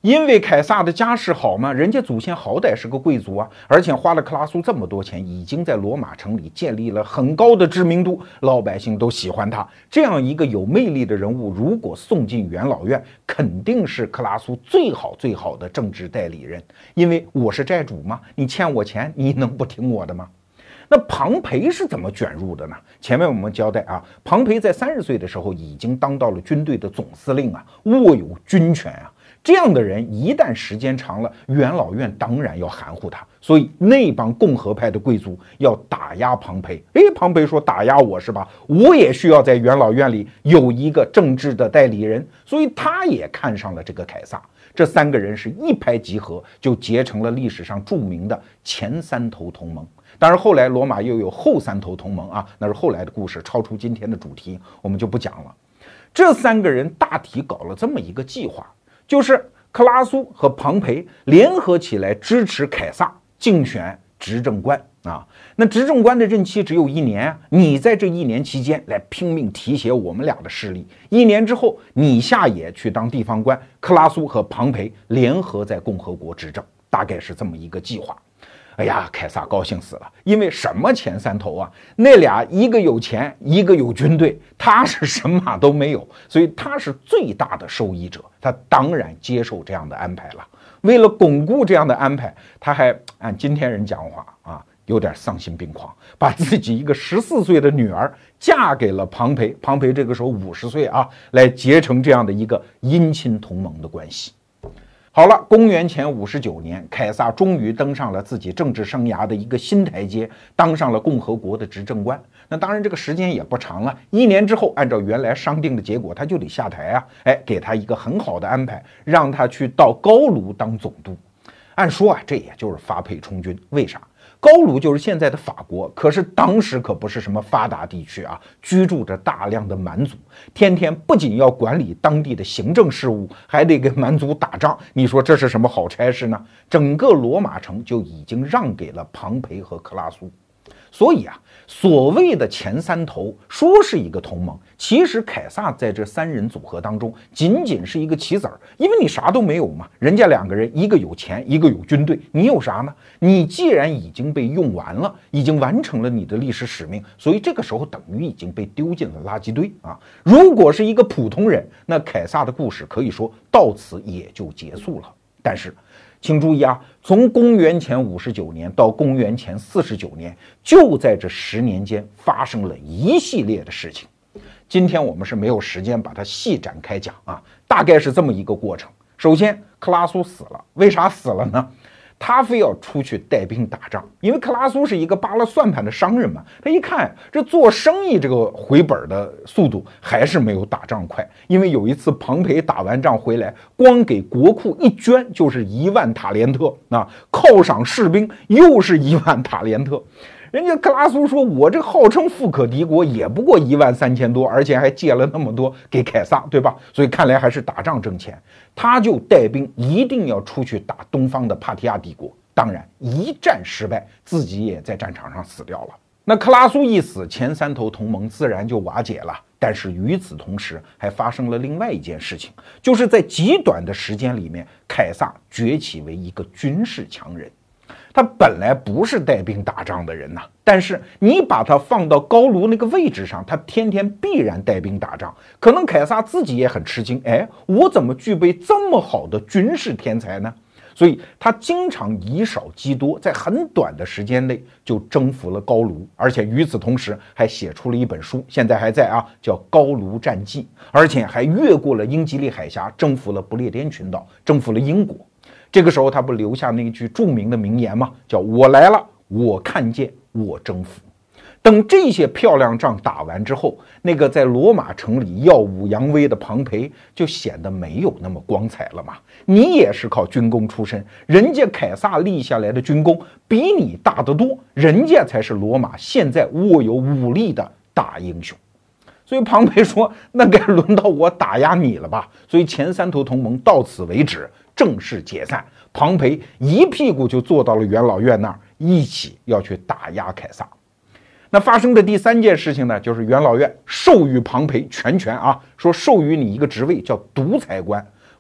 因为凯撒的家世好嘛，人家祖先好歹是个贵族啊，而且花了克拉苏这么多钱，已经在罗马城里建立了很高的知名度，老百姓都喜欢他。这样一个有魅力的人物，如果送进元老院，肯定是克拉苏最好的政治代理人。因为我是债主嘛，你欠我钱，你能不听我的吗？那庞培是怎么卷入的呢？前面我们交代啊，庞培在30岁的时候已经当到了军队的总司令啊，握有军权啊。这样的人一旦时间长了，元老院当然要含糊他，所以那帮共和派的贵族要打压庞培。庞培说打压我是吧？我也需要在元老院里有一个政治的代理人，所以他也看上了这个凯撒。这3个人是一拍即合，就结成了历史上著名的前3头同盟。当然后来罗马又有后3头同盟啊，那是后来的故事，超出今天的主题，我们就不讲了。这3个人大体搞了这么一个计划，就是克拉苏和庞培联合起来支持凯撒竞选执政官啊。那执政官的任期只有1年啊，你在这1年期间来拼命提携我们俩的势力，1年之后你下野去当地方官，克拉苏和庞培联合在共和国执政，大概是这么一个计划。哎呀，凯撒高兴死了，因为什么前3头啊？那俩一个有钱，一个有军队，他是什么都没有，所以他是最大的受益者，他当然接受这样的安排了。为了巩固这样的安排，他还按今天人讲话啊，有点丧心病狂，把自己一个14岁的女儿嫁给了庞培，庞培这个时候50岁啊，来结成这样的一个姻亲同盟的关系。好了，公元前59年，凯撒终于登上了自己政治生涯的一个新台阶，当上了共和国的执政官。那当然，这个时间也不长了，1年之后，按照原来商定的结果，他就得下台啊。给他一个很好的安排，让他去到高卢当总督。按说啊，这也就是发配充军。为啥？高卢就是现在的法国，可是当时可不是什么发达地区啊，居住着大量的蛮族，天天不仅要管理当地的行政事务，还得跟蛮族打仗。你说这是什么好差事呢？整个罗马城就已经让给了庞培和克拉苏。所以啊，所谓的前3头说是一个同盟，其实凯撒在这3人组合当中仅仅是一个棋子儿，因为你啥都没有嘛。人家2个人，一个有钱，一个有军队，你有啥呢？你既然已经被用完了，已经完成了你的历史使命，所以这个时候等于已经被丢进了垃圾堆啊。如果是一个普通人，那凯撒的故事可以说到此也就结束了。但是请注意啊，从公元前59年到公元前49年，就在这10年间发生了一系列的事情。今天我们是没有时间把它细展开讲啊，大概是这么一个过程。首先，克拉苏死了，为啥死了呢？他非要出去带兵打仗，因为克拉苏是一个扒了算盘的商人嘛，他一看这做生意这个回本的速度还是没有打仗快，因为有一次庞培打完仗回来，光给国库一捐就是1万塔连特啊，犒赏士兵又是1万塔连特。人家克拉苏说，我这号称富可敌国也不过13000多，而且还借了那么多给凯撒，对吧？所以看来还是打仗挣钱，他就带兵一定要出去打东方的帕提亚帝国。当然一战失败，自己也在战场上死掉了。那克拉苏一死，前3头同盟自然就瓦解了。但是与此同时，还发生了另外一件事情，就是在极短的时间里面，凯撒崛起为一个军事强人。他本来不是带兵打仗的人呐，但是你把他放到高卢那个位置上，他天天必然带兵打仗。可能凯撒自己也很吃惊，我怎么具备这么好的军事天才呢？所以他经常以少击多，在很短的时间内就征服了高卢，而且与此同时还写出了一本书，现在还在啊，叫《高卢战记》，而且还越过了英吉利海峡，征服了不列颠群岛，征服了英国。这个时候他不留下那句著名的名言吗？叫我来了，我看见，我征服。等这些漂亮仗打完之后，那个在罗马城里耀武扬威的庞培就显得没有那么光彩了嘛。你也是靠军功出身，人家凯撒立下来的军功比你大得多，人家才是罗马现在握有武力的大英雄。所以庞培说，那该轮到我打压你了吧。所以前3头同盟到此为止，正式解散。庞培一屁股就坐到了元老院那儿，一起要去打压凯撒。那发生的第3件事情呢，就是元老院授予庞培全权啊，说授予你一个职位叫独裁官，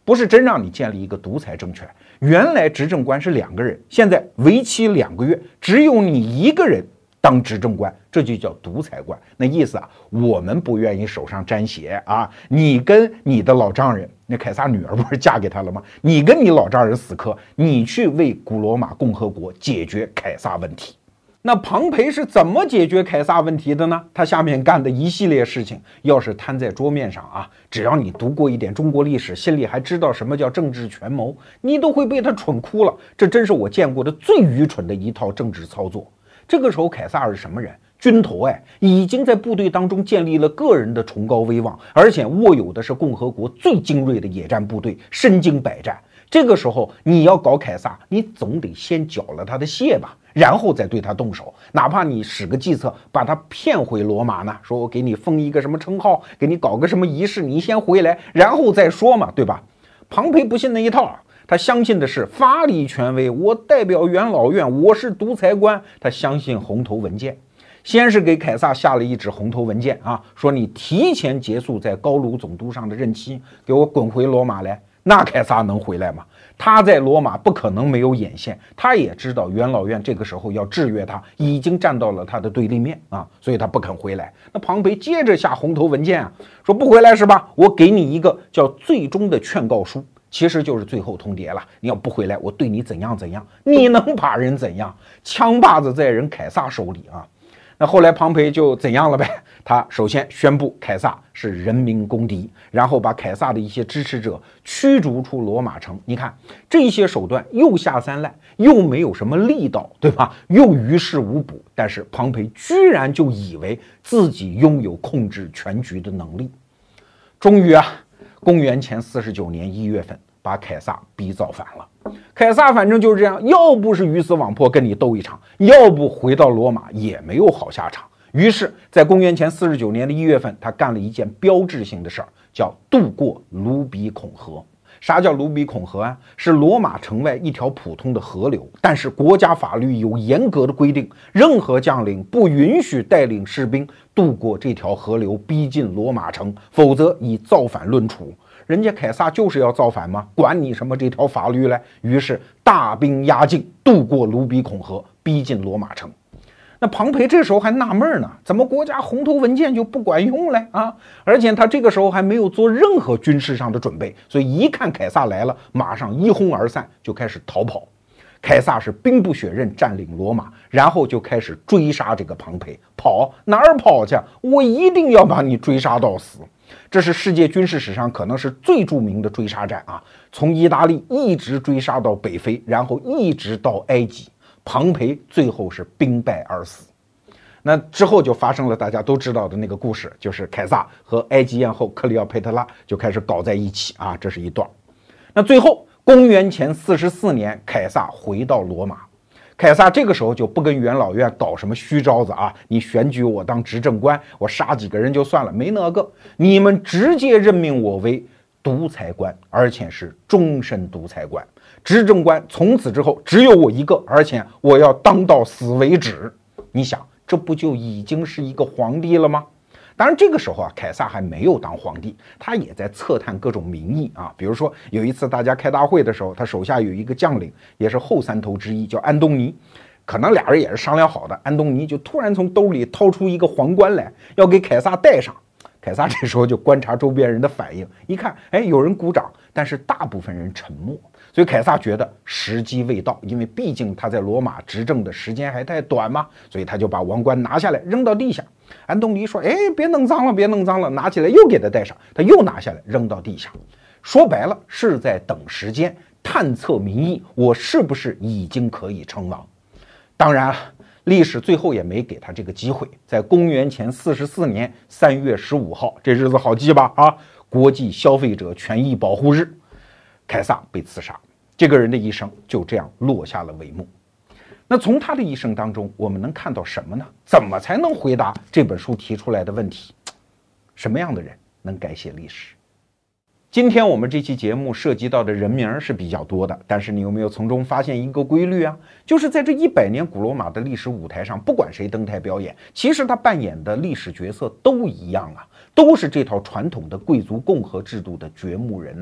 不是真让你建立一个独裁政权。原来执政官是2个人，现在为期2个月，只有你1个人当执政官，这就叫独裁官。那意思啊，我们不愿意手上沾血啊，你跟你的老丈人，那凯撒女儿不是嫁给他了吗？你跟你老丈人死磕，你去为古罗马共和国解决凯撒问题。那庞培是怎么解决凯撒问题的呢？他下面干的一系列事情，要是摊在桌面上啊，只要你读过一点中国历史，心里还知道什么叫政治权谋，你都会被他蠢哭了。这真是我见过的最愚蠢的一套政治操作。这个时候凯撒是什么人？军头已经在部队当中建立了个人的崇高威望，而且握有的是共和国最精锐的野战部队，身经百战。这个时候你要搞凯撒，你总得先缴了他的械吧，然后再对他动手，哪怕你使个计策把他骗回罗马呢，说我给你封一个什么称号，给你搞个什么仪式，你先回来然后再说嘛，对吧？庞培不信那一套，他相信的是法理权威，我代表元老院，我是独裁官，他相信红头文件。先是给凯撒下了一纸红头文件啊，说你提前结束在高卢总督上的任期，给我滚回罗马来。那凯撒能回来吗？他在罗马不可能没有眼线，他也知道元老院这个时候要制约他，已经站到了他的对立面啊，所以他不肯回来。那庞培接着下红头文件啊，说不回来是吧？我给你一个叫最终的劝告书，其实就是最后通牒了。你要不回来，我对你怎样怎样，你能把人怎样？枪把子在人凯撒手里啊。那后来庞培就怎样了呗？他首先宣布凯撒是人民公敌，然后把凯撒的一些支持者驱逐出罗马城。你看这些手段又下三滥，又没有什么力道，对吧？又于事无补。但是庞培居然就以为自己拥有控制全局的能力。终于啊，公元前49年1月份，把凯撒逼造反了。凯撒反正就是这样，要不是鱼死网破跟你斗一场，要不回到罗马也没有好下场。于是在公元前49年的1月份，他干了一件标志性的事儿，叫渡过卢比孔河。啥叫卢比孔河啊？是罗马城外一条普通的河流，但是国家法律有严格的规定，任何将领不允许带领士兵渡过这条河流逼近罗马城，否则以造反论处。人家凯撒就是要造反吗？管你什么这条法律嘞？于是大兵压境，渡过卢比孔河，逼近罗马城。那庞培这时候还纳闷呢，怎么国家红头文件就不管用嘞啊？而且他这个时候还没有做任何军事上的准备，所以一看凯撒来了，马上一哄而散，就开始逃跑。凯撒是兵不血刃占领罗马，然后就开始追杀这个庞培。跑哪儿跑去？我一定要把你追杀到死。这是世界军事史上可能是最著名的追杀战啊！从意大利一直追杀到北非，然后一直到埃及。庞培最后是兵败而死。那之后就发生了大家都知道的那个故事，就是凯撒和埃及艳后克里奥佩特拉就开始搞在一起啊，这是一段。那最后公元前44年，凯撒回到罗马。凯撒这个时候就不跟元老院搞什么虚招子啊，你选举我当执政官，我杀几个人就算了，没那个，你们直接任命我为独裁官，而且是终身独裁官。执政官从此之后只有我一个，而且我要当到死为止。你想，这不就已经是一个皇帝了吗？当然这个时候啊，凯撒还没有当皇帝，他也在测探各种民意啊。比如说有一次大家开大会的时候，他手下有一个将领，也是后三头之一，叫安东尼。可能俩人也是商量好的，安东尼就突然从兜里掏出一个皇冠来，要给凯撒戴上。凯撒这时候就观察周边人的反应，一看，有人鼓掌，但是大部分人沉默。所以凯撒觉得时机未到，因为毕竟他在罗马执政的时间还太短嘛，所以他就把王冠拿下来扔到地下。安东尼说：“别弄脏了，别弄脏了。”拿起来又给他戴上，他又拿下来扔到地下。说白了是在等时间，探测民意，我是不是已经可以称王？当然了，历史最后也没给他这个机会。在公元前44年3月15号，这日子好记吧？啊，国际消费者权益保护日。凯撒被刺杀，这个人的一生就这样落下了帷幕。那从他的一生当中，我们能看到什么呢？怎么才能回答这本书提出来的问题？什么样的人能改写历史？今天我们这期节目涉及到的人名是比较多的，但是你有没有从中发现一个规律啊？就是在这100年古罗马的历史舞台上，不管谁登台表演，其实他扮演的历史角色都一样啊，都是这套传统的贵族共和制度的掘墓人呐。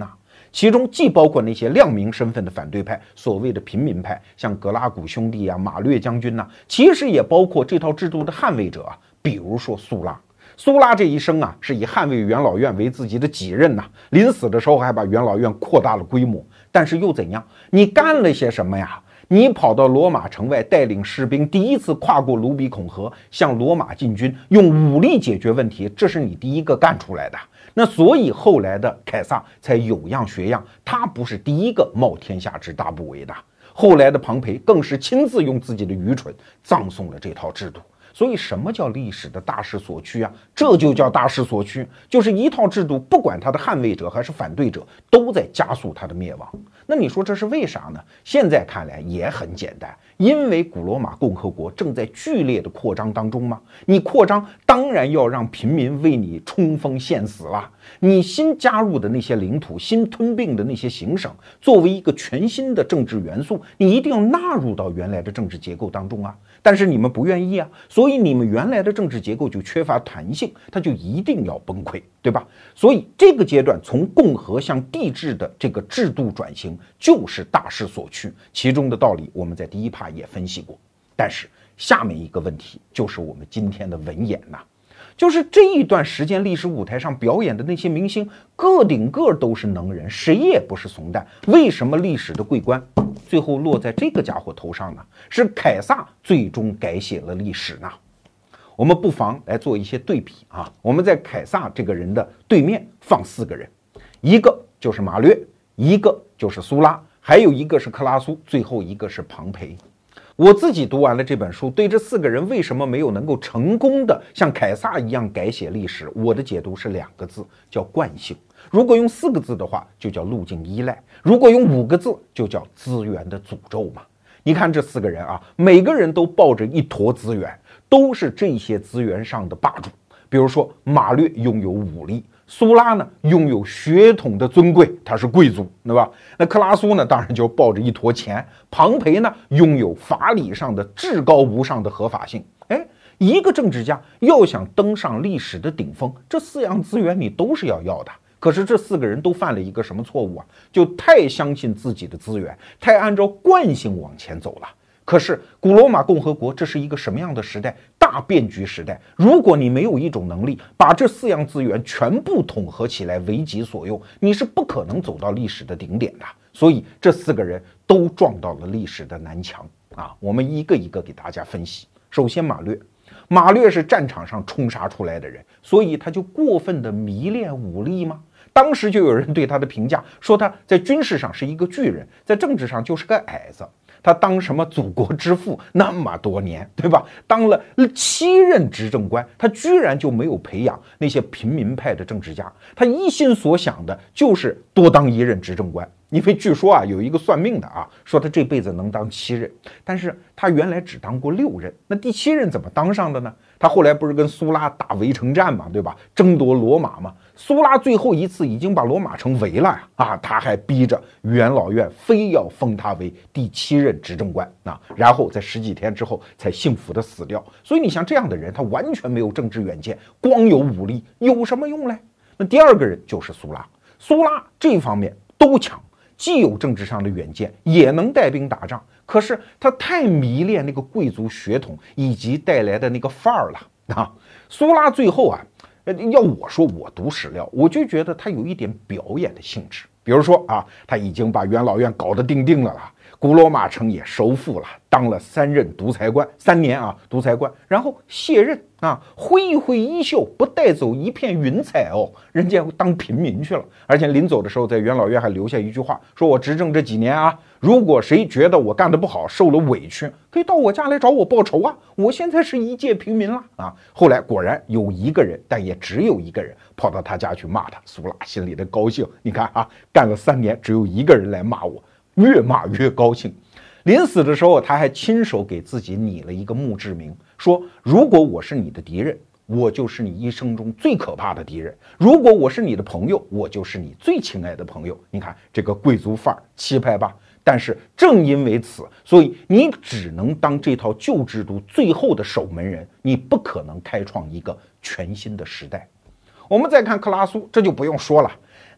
其中既包括那些亮明身份的反对派，所谓的平民派，像格拉古兄弟啊、马略将军呐，其实也包括这套制度的捍卫者啊，比如说苏拉。苏拉这一生啊，是以捍卫元老院为自己的己任呐，临死的时候还把元老院扩大了规模。但是又怎样？你干了些什么呀？你跑到罗马城外，带领士兵第一次跨过卢比孔河，向罗马进军，用武力解决问题，这是你第一个干出来的。那所以后来的凯撒才有样学样，他不是第一个冒天下之大不韪的。后来的庞培更是亲自用自己的愚蠢葬送了这套制度。所以什么叫历史的大势所趋啊？这就叫大势所趋，就是一套制度，不管它的捍卫者还是反对者，都在加速它的灭亡。那你说这是为啥呢？现在看来也很简单，因为古罗马共和国正在剧烈的扩张当中嘛。你扩张当然要让平民为你冲锋陷死了。你新加入的那些领土，新吞并的那些行省，作为一个全新的政治元素，你一定要纳入到原来的政治结构当中啊。但是你们不愿意啊，所以你们原来的政治结构就缺乏弹性，它就一定要崩溃，对吧？所以这个阶段从共和向帝制的这个制度转型就是大势所趋，其中的道理我们在第一趴也分析过。但是下面一个问题就是我们今天的文眼呐，就是这一段时间历史舞台上表演的那些明星，个顶个都是能人，谁也不是怂蛋，为什么历史的桂冠最后落在这个家伙头上呢？是凯撒最终改写了历史呢？我们不妨来做一些对比啊。我们在凯撒这个人的对面放4个人，一个就是马略，一个就是苏拉，还有一个是克拉苏，最后一个是庞培。我自己读完了这本书，对这4个人为什么没有能够成功的像凯撒一样改写历史，我的解读是2个字，叫惯性。如果用4个字的话，就叫路径依赖；如果用5个字，就叫资源的诅咒嘛。你看这4个人啊，每个人都抱着一坨资源，都是这些资源上的霸主。比如说马略拥有武力，苏拉呢拥有血统的尊贵，他是贵族，对吧？那克拉苏呢，当然就抱着一坨钱。庞培呢，拥有法理上的至高无上的合法性。哎，一个政治家要想登上历史的顶峰，这4样资源你都是要的。可是这4个人都犯了一个什么错误啊？就太相信自己的资源，太按照惯性往前走了。可是古罗马共和国这是一个什么样的时代？大变局时代。如果你没有一种能力把这4样资源全部统合起来为己所用，你是不可能走到历史的顶点的。所以这4个人都撞到了历史的南墙啊！我们一个一个给大家分析。首先马略是战场上冲杀出来的人，所以他就过分的迷恋武力吗？当时就有人对他的评价说，他在军事上是一个巨人，在政治上就是个矮子。他当什么祖国之父那么多年，对吧？当了7任执政官，他居然就没有培养那些平民派的政治家，他一心所想的就是多当1任执政官。因为据说啊，有一个算命的啊，说他这辈子能当7任，但是他原来只当过6任，那第7任怎么当上的呢？他后来不是跟苏拉打围城战嘛，对吧？争夺罗马嘛。苏拉最后一次已经把罗马城围了呀，啊，他还逼着元老院非要封他为第7任执政官啊，然后在10几天之后才幸福的死掉。所以你像这样的人，他完全没有政治远见，光有武力有什么用嘞？那第2个人就是苏拉，苏拉这方面都强。既有政治上的远见，也能带兵打仗，可是他太迷恋那个贵族血统以及带来的那个范儿了啊！苏拉最后啊，要我说我读史料，我就觉得他有一点表演的性质。比如说啊，他已经把元老院搞得定了啦，古罗马城也收复了，当了3任独裁官，3年啊，独裁官，然后卸任啊，挥一挥衣袖，不带走一片云彩哦，人家当平民去了。而且临走的时候，在元老院还留下一句话，说我执政这几年啊，如果谁觉得我干得不好，受了委屈，可以到我家来找我报仇啊，我现在是一介平民了啊。后来果然有一个人，但也只有一个人跑到他家去骂他，苏拉心里的高兴，你看啊，干了3年，只有一个人来骂我，越骂越高兴。临死的时候，他还亲手给自己拟了一个墓志铭，说如果我是你的敌人，我就是你一生中最可怕的敌人；如果我是你的朋友，我就是你最亲爱的朋友。你看这个贵族范儿气派吧？但是正因为此，所以你只能当这套旧制度最后的守门人，你不可能开创一个全新的时代。我们再看克拉苏，这就不用说了，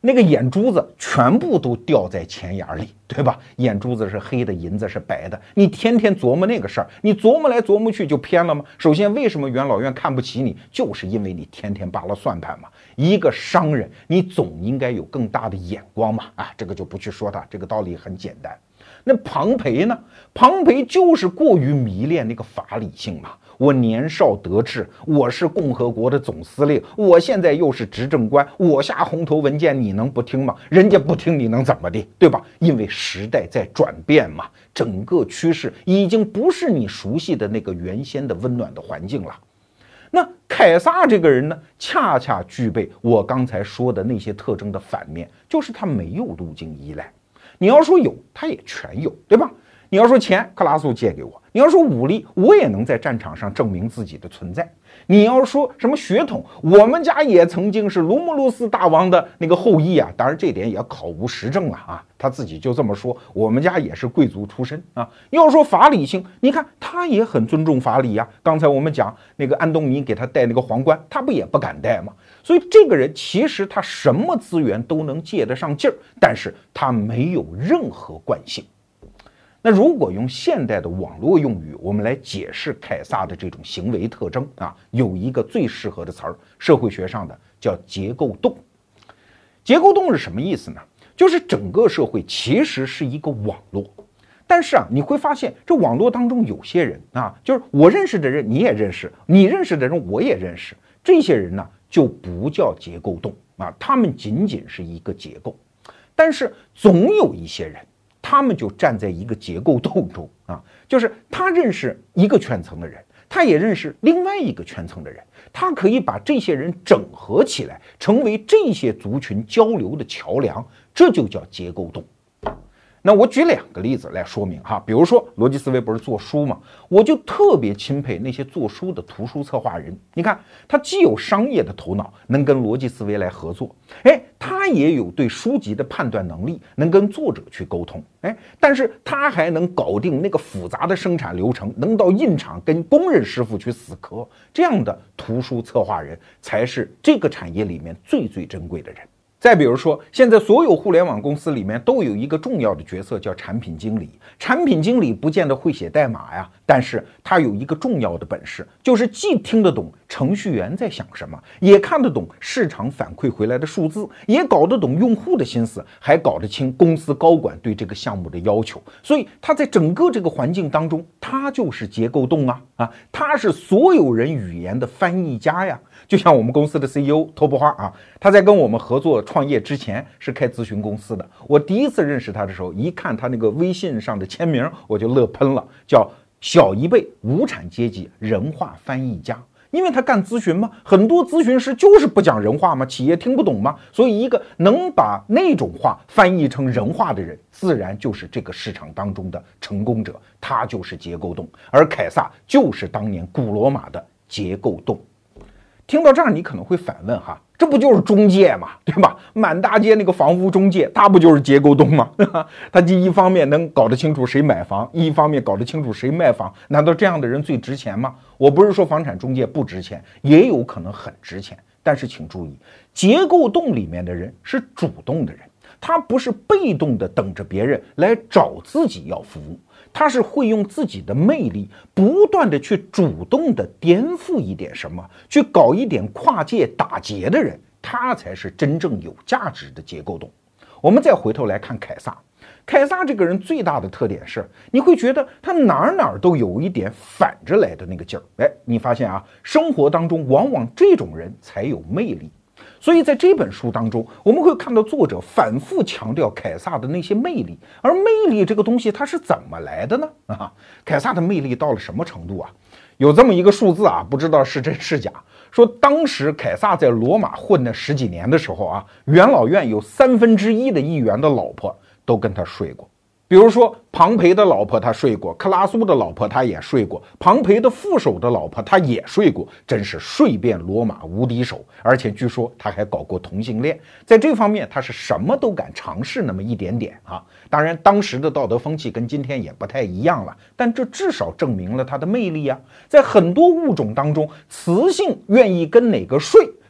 那个眼珠子全部都掉在钱眼里，对吧？眼珠子是黑的，银子是白的。你天天琢磨那个事儿，你琢磨来琢磨去就偏了吗？首先，为什么元老院看不起你，就是因为你天天扒拉算盘嘛。一个商人，你总应该有更大的眼光嘛。啊，这个就不去说它，这个道理很简单。那庞培呢？庞培就是过于迷恋那个法理性嘛。我年少得志，我是共和国的总司令，我现在又是执政官，我下红头文件你能不听吗？人家不听你能怎么的，对吧？因为时代在转变嘛，整个趋势已经不是你熟悉的那个原先的温暖的环境了。那凯撒这个人呢，恰恰具备我刚才说的那些特征的反面，就是他没有路径依赖。你要说有，他也全有，对吧？你要说钱，克拉苏借给我；你要说武力，我也能在战场上证明自己的存在。你要说什么血统，我们家也曾经是卢姆路斯大王的那个后裔啊，当然这点也考无实证了啊，他自己就这么说，我们家也是贵族出身啊。要说法理性，你看他也很尊重法理呀。刚才我们讲那个安东尼给他戴那个皇冠，他不也不敢戴吗？所以这个人其实他什么资源都能借得上劲儿，但是他没有任何惯性。那如果用现代的网络用语，我们来解释凯撒的这种行为特征啊，有一个最适合的词儿，社会学上的叫结构洞。结构洞是什么意思呢？就是整个社会其实是一个网络，但是啊，你会发现这网络当中有些人啊，就是我认识的人你也认识，你认识的人我也认识，这些人呢就不叫结构洞啊，他们仅仅是一个结构，但是总有一些人。他们就站在一个结构洞中啊，就是他认识一个圈层的人，他也认识另外一个圈层的人，他可以把这些人整合起来，成为这些族群交流的桥梁，这就叫结构洞。那我举2个例子来说明哈，比如说逻辑思维不是做书嘛，我就特别钦佩那些做书的图书策划人。你看，他既有商业的头脑，能跟逻辑思维来合作，他也有对书籍的判断能力，能跟作者去沟通，但是他还能搞定那个复杂的生产流程，能到印厂跟工人师傅去死磕，这样的图书策划人才是这个产业里面最最珍贵的人。再比如说，现在所有互联网公司里面都有一个重要的角色叫产品经理。产品经理不见得会写代码呀，但是他有一个重要的本事，就是既听得懂程序员在想什么，也看得懂市场反馈回来的数字，也搞得懂用户的心思，还搞得清公司高管对这个项目的要求。所以他在整个这个环境当中，他就是结构洞啊，他是所有人语言的翻译家呀。就像我们公司的 CEO 托布花啊，他在跟我们合作创业之前是开咨询公司的。我第一次认识他的时候，一看他那个微信上的签名，我就乐喷了，叫小一辈无产阶级人话翻译家。因为他干咨询嘛，很多咨询师就是不讲人话嘛，企业听不懂嘛，所以一个能把那种话翻译成人话的人，自然就是这个市场当中的成功者，他就是结构洞。而凯撒就是当年古罗马的结构洞。听到这儿，你可能会反问哈，这不就是中介嘛，对吧？满大街那个房屋中介，他不就是结构洞吗？他一方面能搞得清楚谁买房，一方面搞得清楚谁卖房，难道这样的人最值钱吗？我不是说房产中介不值钱，也有可能很值钱，但是请注意，结构洞里面的人是主动的人，他不是被动的等着别人来找自己要服务，他是会用自己的魅力不断的去主动的颠覆一点什么，去搞一点跨界打劫的人，他才是真正有价值的结构洞。我们再回头来看凯撒，凯撒这个人最大的特点是，你会觉得他哪都有一点反着来的那个劲儿。你发现啊，生活当中往往这种人才有魅力。所以在这本书当中，我们会看到作者反复强调凯撒的那些魅力，而魅力这个东西它是怎么来的呢？凯撒的魅力到了什么程度啊？有这么一个数字啊，不知道是真是假，说当时凯撒在罗马混了10几年的时候啊，元老院有1/3的议员的老婆都跟他睡过。比如说庞培的老婆他睡过，克拉苏的老婆他也睡过，庞培的副手的老婆他也睡过，真是睡遍罗马无敌手。而且据说他还搞过同性恋，在这方面他是什么都敢尝试那么一点点啊。当然当时的道德风气跟今天也不太一样了，但这至少证明了他的魅力啊。在很多物种当中，雌性愿意跟哪个睡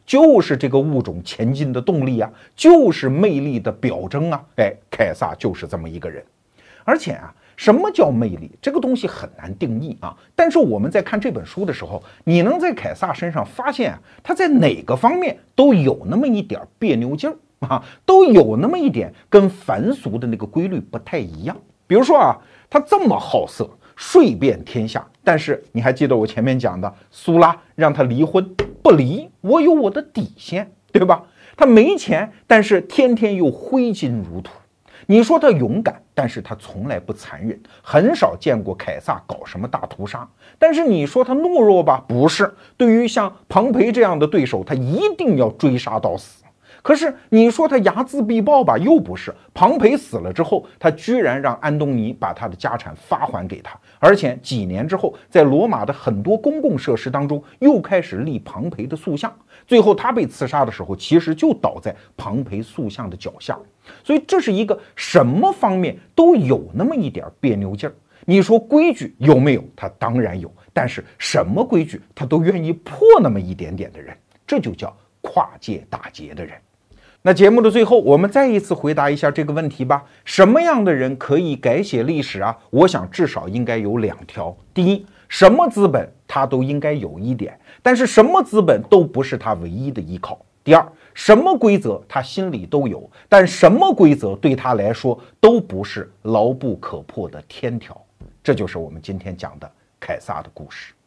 就是这个物种前进的动力啊，就是魅力的表征啊。哎，凯撒就是这么一个人。而且啊，什么叫魅力？这个东西很难定义啊。但是我们在看这本书的时候，你能在凯撒身上发现啊，他在哪个方面都有那么一点别扭劲儿啊，都有那么一点跟凡俗的那个规律不太一样。比如说啊，他这么好色，睡遍天下，但是你还记得我前面讲的，苏拉让他离婚，不离，我有我的底线，对吧？他没钱，但是天天又挥金如土。你说他勇敢，但是他从来不残忍，很少见过凯撒搞什么大屠杀。但是你说他懦弱吧，不是，对于像庞培这样的对手，他一定要追杀到死。可是你说他睚眦必报吧，又不是。庞培死了之后，他居然让安东尼把他的家产发还给他，而且几年之后，在罗马的很多公共设施当中又开始立庞培的塑像。最后他被刺杀的时候，其实就倒在庞培塑像的脚下。所以这是一个什么方面都有那么一点别扭劲儿。你说规矩有没有？他当然有，但是什么规矩他都愿意破那么一点点的人，这就叫跨界打劫的人。那节目的最后，我们再一次回答一下这个问题吧：什么样的人可以改写历史啊？我想至少应该有2条。第一，什么资本他都应该有一点，但是什么资本都不是他唯一的依靠。第二，什么规则他心里都有，但什么规则对他来说都不是牢不可破的天条。这就是我们今天讲的凯撒的故事。